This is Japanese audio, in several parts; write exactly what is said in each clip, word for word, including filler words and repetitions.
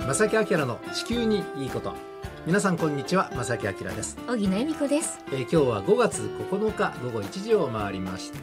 正木明の地球にいいこと。皆さんこんにちは、正木明です。 小木恵美子です。 えー、今日はごがつここのか午後いちじを回りました。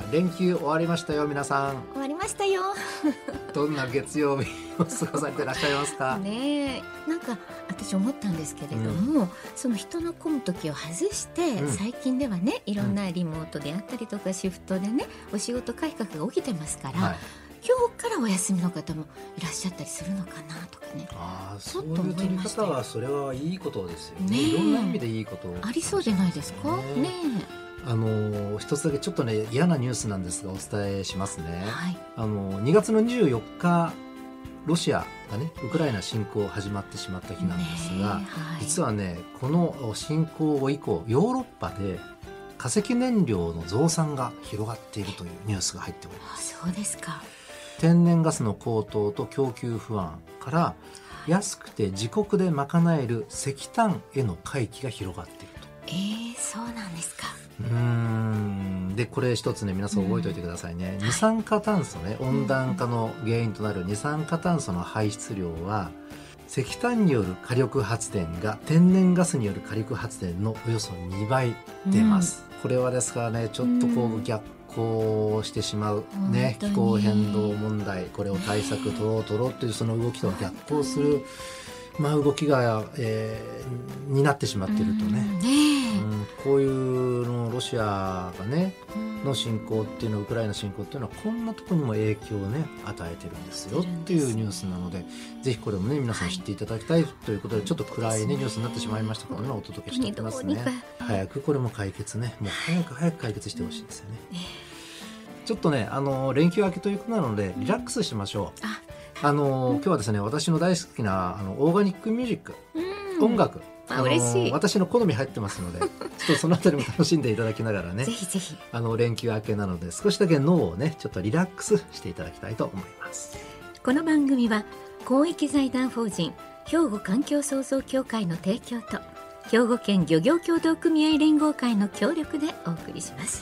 連休終わりましたよ。皆さん終わりましたよどんな月曜日を過ごされていらっしゃいますかねえ、なんか私思ったんですけれども、うん、その人の混む時を外して、うん、最近ではね、いろんなリモートであったりとかシフトでね、お仕事改革が起きてますから、はい、今日からお休みの方もいらっしゃったりするのかなとかね。 あ、そういう取り方はそれはいいことですよ ね, ねいろんな意味でいいこと、ね、 ありそうじゃないですかね。 あの一つだけちょっとね嫌なニュースなんですがお伝えしますね、はい、あのにがつのにじゅうよっかロシアがねウクライナ侵攻始まってしまった日なんですが、はい、実はねこの侵攻後以降ヨーロッパで化石燃料の増産が広がっているというニュースが入っております。 あ、そうですか。 天然ガスの高騰と供給不安から安くて自国で賄える石炭への回帰が広がっていると。 えー、そうなんですか。 うーんでこれ一つね皆さん覚えておいてくださいね、うん、二酸化炭素ね、温暖化の原因となる二酸化炭素の排出量は石炭による火力発電が天然ガスによる火力発電のおよそにばい出ます、うん、これはですからねちょっとこう逆行してしまう、ね、気候変動問題、これを対策取ろう取ろうというその動きとは逆行する、まあ、動きが、えー、になってしまっているとね、うん、こういうのロシアがねの侵攻っていうのウクライナ侵攻っていうのはこんなところにも影響をね与えてるんですよっていうニュースなので、ぜひこれもね皆さん知っていただきたいということで、ちょっと暗い、ね、ニュースになってしまいましたからねお届けしておきますね。早くこれも解決ね、もう早く早く解決してほしいですよね。ちょっとねあの連休明けということなのでリラックスしましょう。ああの今日はですね私の大好きなあのオーガニックミュージック、音楽、 あ嬉しい、 私の好み入ってますのでちょっとそのあたりも楽しんでいただきながらねぜひぜひあの連休明けなので少しだけ脳をねちょっとリラックスしていただきたいと思います。 この番組は公益財団法人兵庫環境創造協会の提供と兵庫県漁業協同組合連合会の協力でお送りします。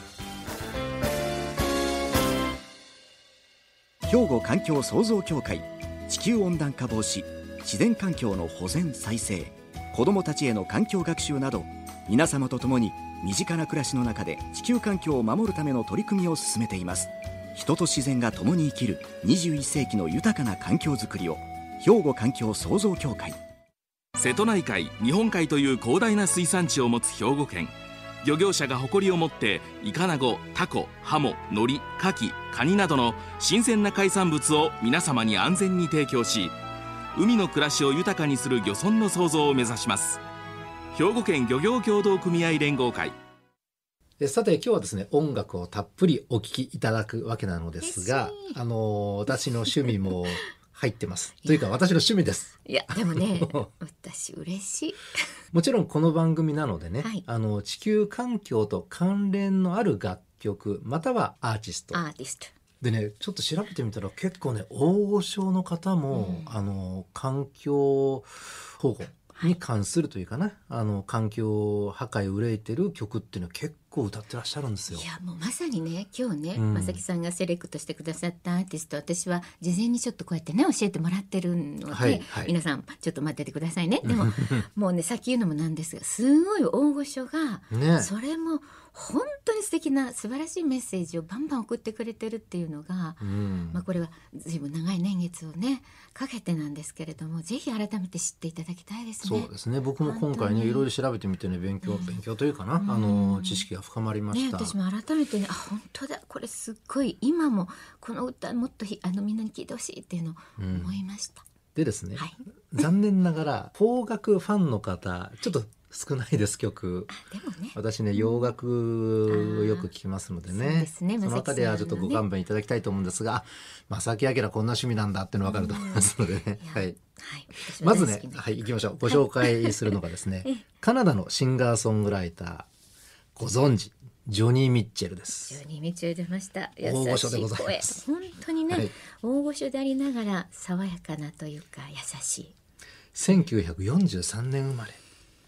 兵庫環境創造協会、地球温暖化防止、自然環境の保全再生、子どもたちへの環境学習など、皆様と共に身近な暮らしの中で地球環境を守るための取り組みを進めています。人と自然が共に生きるにじゅういっせいきの豊かな環境づくりを、兵庫環境創造協会。 瀬戸内海、日本海という広大な水産地を持つ兵庫県。漁業者が誇りを持ってイカナゴ、タコ、ハモ、ノリ、カキ、カニなどの新鮮な海産物を皆様に安全に提供し、海の暮らしを豊かにする漁村の創造を目指します。兵庫県漁業協同組合連合会。 さて今日はですね音楽をたっぷりお聴きいただくわけなのですが、あの私の趣味も入ってますというか私の趣味です。 いやでもね私嬉しいもちろんこの番組なのでね、はい、あの地球環境と関連のある楽曲またはアーティストアーティストでねちょっと調べてみたら結構ね大御所の方も、うん、あの環境保護に関するというかな、はい、あの環境破壊を憂いてる曲っていうのは結構歌ってらっしゃるんですよ。 いやもうまさにね今日ね、うん、正木さんがセレクトしてくださったアーティスト、私は事前にちょっとこうやってね教えてもらってるので、はいはい、皆さんちょっと待っててくださいね。でももうねさっき言うのもなんですがすごい大御所が、ね、それも本当に素敵な素晴らしいメッセージをバンバン送ってくれてるっていうのが、うんまあ、これは随分長い年月をねかけてなんですけれども、ぜひ改めて知っていただきたいですね。 そうですね、僕も今回ねいろいろ調べてみてね勉強、うん、勉強というかな、うん、あの知識が深まりました、 ね、私も改めてねあ本当だこれすっごい今もこの歌もっとあのみんなに聴いてほしいっていうのを思いました、うん、 でですね、はい、残念ながら邦楽ファンの方ちょっと少ないです曲。 でもね、 私ね洋楽をよく聞きますので ね, そうですね、そのあたりはちょっとご勘弁いただきたいと思うんですが、正木明こんな趣味なんだっていうの分かると思いますのでね、はいはい、まずね、はい、行きましょう。ご紹介するのがですね、はい、カナダのシンガーソングライターご存知ジョニー・ミッチェルです。 ジョニー・ミッチェル出ました。 大御所でございます。 本当にね、はい、大御所でありながら爽やかなというか優しい。 せんきゅうひゃくよんじゅうさんねん生まれ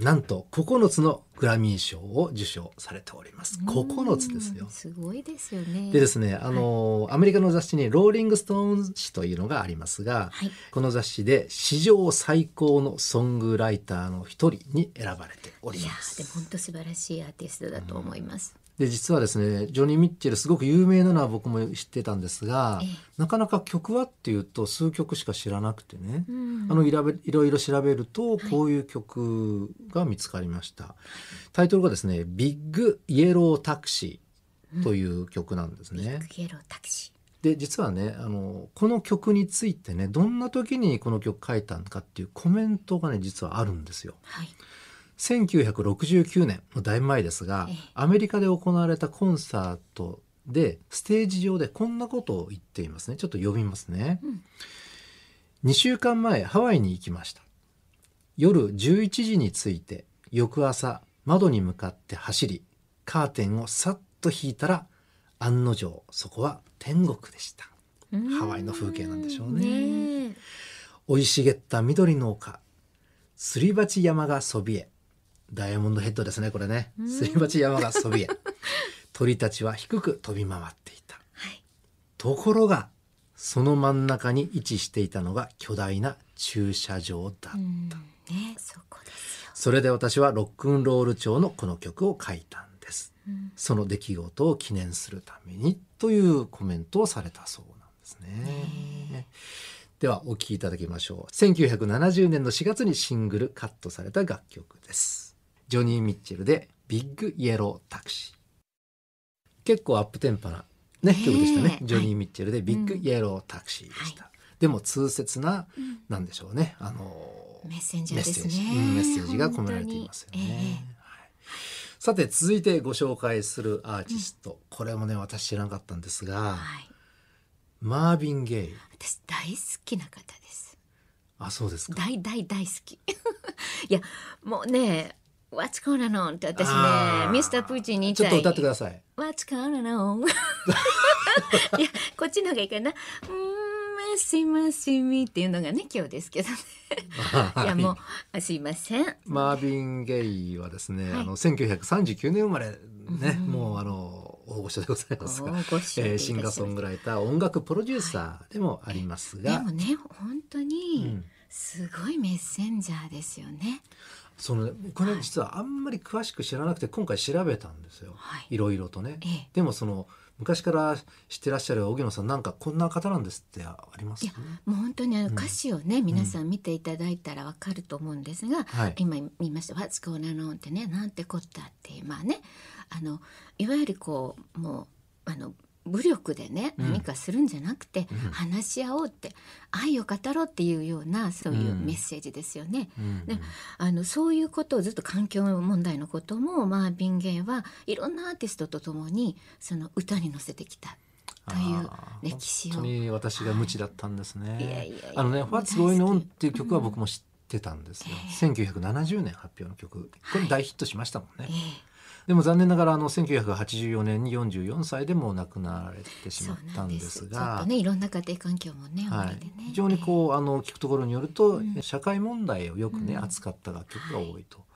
なんとここのつのグラミー賞を受賞されております。ここのつですよ。 すごいですよね。 でですね、あの、はい、アメリカの雑誌にローリングストーン誌というのがありますが、はい、この雑誌で史上最高のソングライターの一人に選ばれております。 いやでも本当素晴らしいアーティストだと思います。 で実はですね、ジョニー・ミッチェルすごく有名なのは僕も知ってたんですが、ええ、なかなか曲はっていうと数曲しか知らなくてね、うん、あのいろいろ調べるとこういう曲が見つかりました。はい、タイトルがですね、ビッグ・イエロー・タクシーという曲なんですね。 うん、ビッグ・イエロー・タクシーで実はね、あのこの曲についてね、どんな時にこの曲書いたのかっていうコメントがね実はあるんですよ。はい、せんきゅうひゃくろくじゅうきゅうねんのだいぶ前ですが、アメリカで行われたコンサートでステージ上でこんなことを言っていますね。ちょっと読みますね。うん、にしゅうかんまえハワイに行きました。夜じゅういちじに着いて翌朝窓に向かって走りカーテンをさっと引いたら案の定そこは天国でした。ハワイの風景なんでしょうね。ね、生い茂った緑の丘、すり鉢山がそびえ、ダイヤモンドヘッドですねこれね。すり鉢山がそびえ鳥たちは低く飛び回っていた。はい、ところがその真ん中に位置していたのが巨大な駐車場だった。 ね、そこですよ。 それで私はロックンロール調のこの曲を書いたんです。うん、その出来事を記念するためにというコメントをされたそうなんですね。ではお聴きいただきましょう。せんきゅうひゃくななじゅうねんのしがつにシングルカットされた楽曲です。ジョニー・ミッチェルでビッグ・イエロー・タクシー。結構アップテンポな、ね、曲でしたね。ジョニー・ミッチェルでビッグ・イエロー・タクシーでした。はい、でも痛切な、うん、なんでしょうね、あのメッセンジャーですね。 メッセージ、うん、メッセージが込められていますよね。えーはい、さて続いてご紹介するアーティスト、うん、これもね私知らなかったんですが、はい、マービン・ゲイ。 私大好きな方です。 あ、そうですか。 大大大好きいやもうねWhat's going on って私ねミスタープーチンに言いたい。 ちょっと歌ってください。 What's going on いやこっちの方がいいかな。マシマシミっていうのがね今日ですけどねいやもうすいません。 マービン・ゲイはですね、はい、あのせんきゅうひゃくさんじゅうきゅうねん生まれね、うん、もうあの大御所でございますが、えー、シンガーソングライター音楽プロデューサーでもありますが、 はい、でもね本当にすごいメッセンジャーですよね。うん、 そのこれ実はあんまり詳しく知らなくて今回調べたんですよ、はい、いろいろとね、ええ、でもその昔から知ってらっしゃる荻野さんなんかこんな方なんですってあります、ね、 いやもう本当にあの歌詞をね、うん、皆さん見ていただいたらわかると思うんですが、うん、今言いました What's going on ってねなんてこったっていうまあねあのいわゆるこうもうあの武力でね何かするんじゃなくて、うん、話し合おうって愛を語ろうっていうようなそういうメッセージですよね。うん、であのそういうことをずっと環境問題のこともマービン・ゲイはいろんなアーティストとともにその歌に乗せてきたという歴史を。 本当に私が無知だったんですね。はい、いやいやいやあのね What's going on っていう曲は僕も知ってたんですよ。うん、せんきゅうひゃくななじゅうねん発表の曲これ大ヒットしましたもんね。はい、えーでも残念ながらあのせんきゅうひゃくはちじゅうよねんによんじゅうよんさいでもう亡くなられてしまったんですが、 ちょっとねいろんな家庭環境もね、はい、 ね非常にこうあの聞くところによると、うん、社会問題をよくね、うん、扱った楽曲が多いと。はい、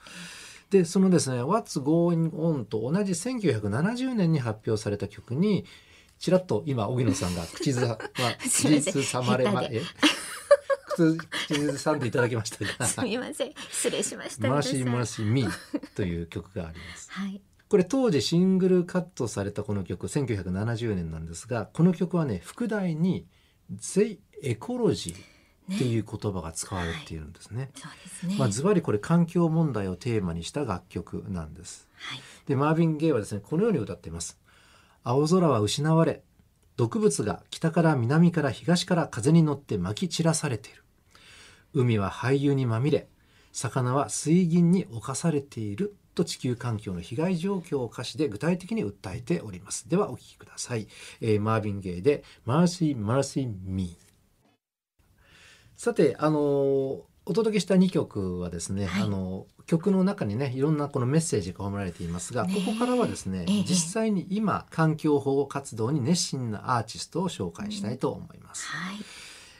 でそのですね What's Going On と同じせんきゅうひゃくななじゅうねんに発表された曲にちらっと今荻野さんが口ずさまさまれまえ口ずさんでいただきましたがすみません失礼しました。 マシマシミという曲があります。 はい、 これ当時シングルカットされたこの曲せんきゅうひゃくななじゅうねんなんですがこの曲はね副題に The Ecology っていう言葉が使われているんですね。まあズバリこれ環境問題をテーマにした楽曲なんです。はい、でマービン・ゲイはですねこのように歌っています。青空は失われ毒物が北から南から東から風に乗って撒き散らされている。海は廃油にまみれ魚は水銀に侵されていると地球環境の被害状況を歌詞で具体的に訴えております。ではお聴きください。えー、マービン・ゲイで Mercy Mercy Me。 さてあのー、お届けしたにきょくはですね、はい、あのー、曲の中にねいろんなこのメッセージが込められていますが、ここからはですね、えー、実際に今環境保護活動に熱心なアーティストを紹介したいと思います。 うんはい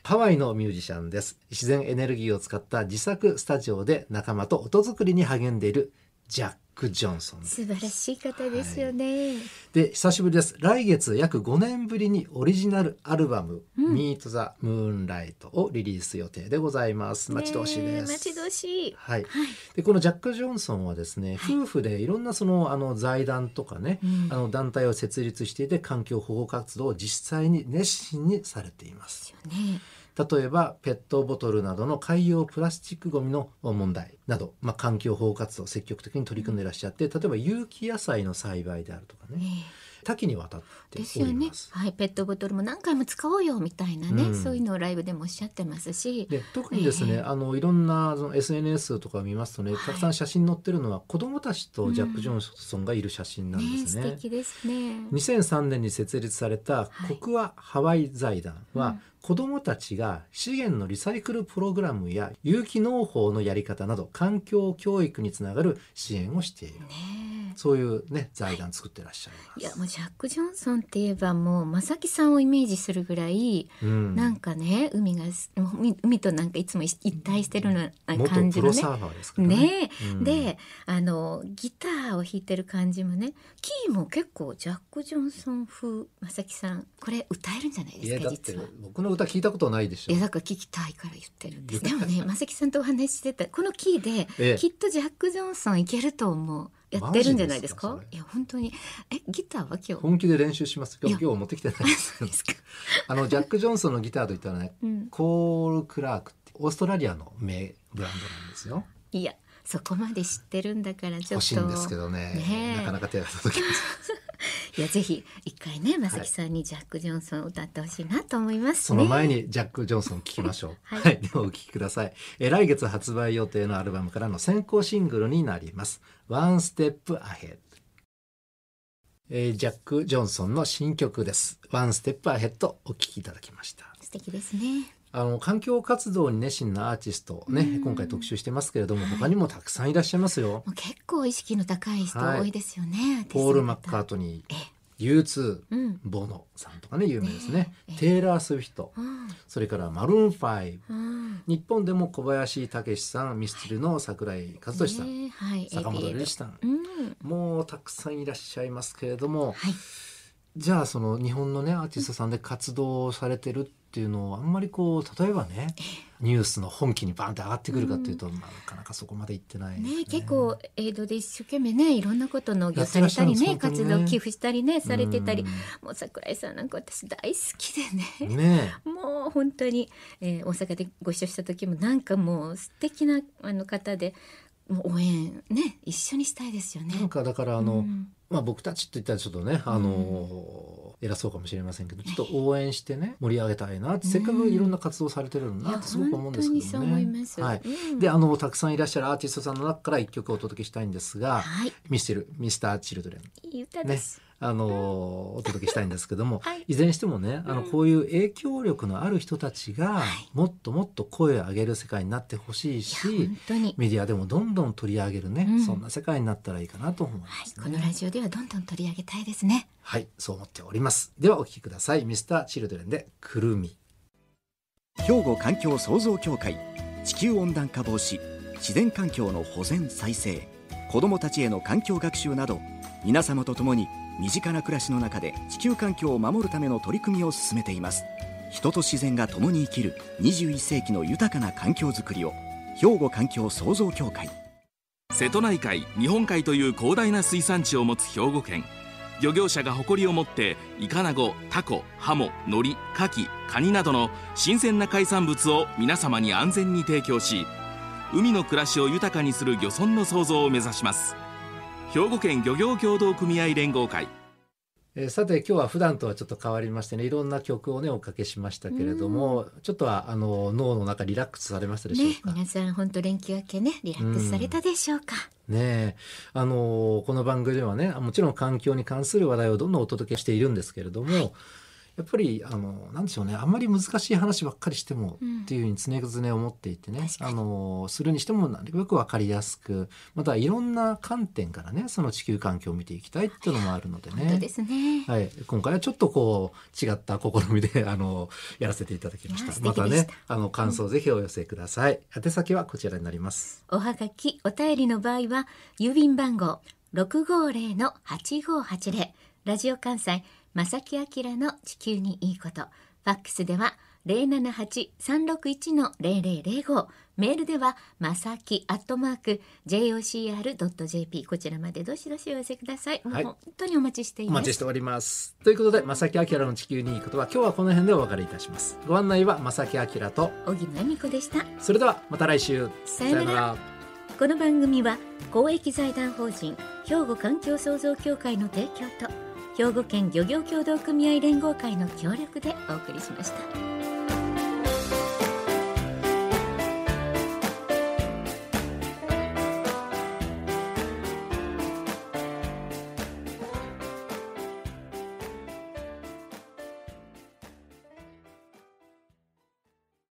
ハワイのミュージシャンです。自然エネルギーを使った自作スタジオで仲間と音作りに励んでいるジャック・ジョンソンです。 素晴らしい方ですよね、はい、 で久しぶりです。来月約ごねんぶりにオリジナルアルバム、うん、Meet the Moonlight をリリース予定でございます。待ち遠しいです。 待ち遠しい、 はいはい、でこのジャック・ジョンソンはですね、はい、夫婦でいろんなそのあの財団とかね、うん、あの団体を設立していて環境保護活動を実際に熱心にされています。 ですよね。 例えばペットボトルなどの海洋プラスチックごみの問題など、まあ、環境保護活動を積極的に取り組んでいらっしゃって、例えば有機野菜の栽培であるとかね、えー、多岐にわたっております。ですよね、 はい、ペットボトルも何回も使おうよみたいなね、うん、そういうのをライブでもおっしゃってますし、 で特にですね、えー、あのいろんなその エスエヌエス とかを見ますとね、たくさん写真載ってるのは子どもたちとジャック・ジョンソンがいる写真なんですね。 うんね、素敵ですね。 にせんさんねんに設立された国和ハワイ財団は、はい、うん、子どもたちが資源のリサイクルプログラムや有機農法のやり方など環境教育につながる支援をしている、ね、そういう、ね、財団作ってらっしゃいます。 いやもうジャック・ジョンソンって言えばもう正木さんをイメージするぐらい、うん、なんかね海が海、海となんかいつも一体してるような感じのね、 元プロサーファーですからね。 ね、うん、であのギターを弾いてる感じもね、キーも結構ジャック・ジョンソン風。正木さんこれ歌えるんじゃないですか。 いやだって実は僕の歌聞いたことないでしょ。 いやだから聞きたいから言ってるんです。でもね正木さんとお話ししてたこのキーで、ええ、きっとジャック・ジョンソンいけると思う。やってるんじゃないですか。いや本当にえギターは今日本気で練習します。今日今日持ってきてないですけどあのジャック・ジョンソンのギターといったらね、うん、コール・クラークってオーストラリアの名ブランドなんですよ。 いやそこまで知ってるんだからちょっと欲しいんですけど ね, ねなかなか手が届きませんいやぜひ一回ね正木さんにジャック・ジョンソンを歌ってほしいなと思いますね。 その前にジャック・ジョンソン聞きましょうはい、はい、ではお聞きください。え来月発売予定のアルバムからの先行シングルになります。ワンステップアヘッド、えー、ジャック・ジョンソンの新曲です。ワンステップアヘッドお聞きいただきました。 素敵ですね。 あの環境活動に熱心なアーティストね、今回特集してますけれども、はい、他にもたくさんいらっしゃいますよ。 もう結構意識の高い人多いですよね、はい、 ポール・マッカートニー、ユーツー、うん、ボノさんとかね有名ですね、えー、テイラー・スウィフト、うん、それからマルーンファイブ、うん、日本でも小林武史さん、ミスチルの桜井和寿さん、ね、はい、坂本龍一さん、うん、もうたくさんいらっしゃいますけれども、はい、じゃあその日本のねアーティストさんで活動されてるっていうのをあんまりこう例えばねニュースの本気にバンって上がってくるかっていうと、うん、まあ、なかなかそこまでいってないですね。 ね、結構エイドで一生懸命ねいろんなこと農業されたり ね, ね活動寄付したりねされてたり、もう桜井さんなんか私大好きで ね, ねもう本当に、えー、大阪でご一緒した時もなんかもう素敵なあの方でもう応援ね一緒にしたいですよね。 なんかだからあの、うん、まあ、僕たちって言ったらちょっとね、あのー、偉そうかもしれませんけどちょっと応援してね盛り上げたいなって、せっかくいろんな活動されてるのなってすごく思うんですけどね。 本当にそう思います、 はい、うん、であのたくさんいらっしゃるアーティストさんの中からいっきょくお届けしたいんですが、はい、ミスチルミスターチルドレン、 いい歌です、 ね、あのー、お届けしたいんですけども、はい、いずれにしてもねあのこういう影響力のある人たちがもっともっと声を上げる世界になってほしいし、い本当にメディアでもどんどん取り上げるね、うん、そんな世界になったらいいかなと思いますね、 はい、このラジオではどんどん取り上げたいですね。 はい、そう思っております。ではお聞きください。ミスターチルドレンでくるみ。 兵庫環境創造協会、地球温暖化防止、自然環境の保全再生、子どもたちへの環境学習など皆様と共に身近な暮らしの中で地球環境を守るための取り組みを進めています。人と自然が共に生きるにじゅういっ世紀の豊かな環境づくりを。兵庫環境創造協会。 瀬戸内海、日本海という広大な水産地を持つ兵庫県。漁業者が誇りを持ってイカナゴ、タコ、ハモ、ノリ、カキ、カニなどの新鮮な海産物を皆様に安全に提供し、海の暮らしを豊かにする漁村の創造を目指します。兵庫県漁業協同組合連合会。 えー、さて今日は普段とはちょっと変わりましてねいろんな曲をねおかけしましたけれども、ちょっとはあの脳の中リラックスされましたでしょうか、 ね、皆さん本当連休明けねリラックスされたでしょうか。 ねえ、あのー、この番組ではねもちろん環境に関する話題をどんどんお届けしているんですけれども、はい、 やっぱりあのなんでしょうね、あんまり難しい話ばっかりしてもっていうふうに常々思っていてね、あのするにしてもなるべく分かりやすく、またいろんな観点からねその地球環境を見ていきたいっていうのもあるのでね、 本当ですね、 はい、今回はちょっとこう違った試みであのやらせていただきました。またねあの感想をぜひお寄せください、うん、宛先はこちらになります。 おはがきお便りの場合は郵便番号 ろくごーぜろのはちごーはちぜろ ラジオ関西正木明の地球にいいこと、ファックスでは ゼロななはち さんろくいち のゼロゼロゼロご、メールではまさきアットマーク ジェイオーシーアールドットジェーピー、 こちらまでどしどしお寄せください。もう本当にお待ちしています。 お待ちしております。ということで正木明の地球にいいことは今日はこの辺でお別れいたします。ご案内は正木明と荻野恵美子でした。 それではまた来週、 さよなら。この番組は公益財団法人兵庫環境創造協会の提供と兵庫県漁業協同組合連合会の協力でお送りしました。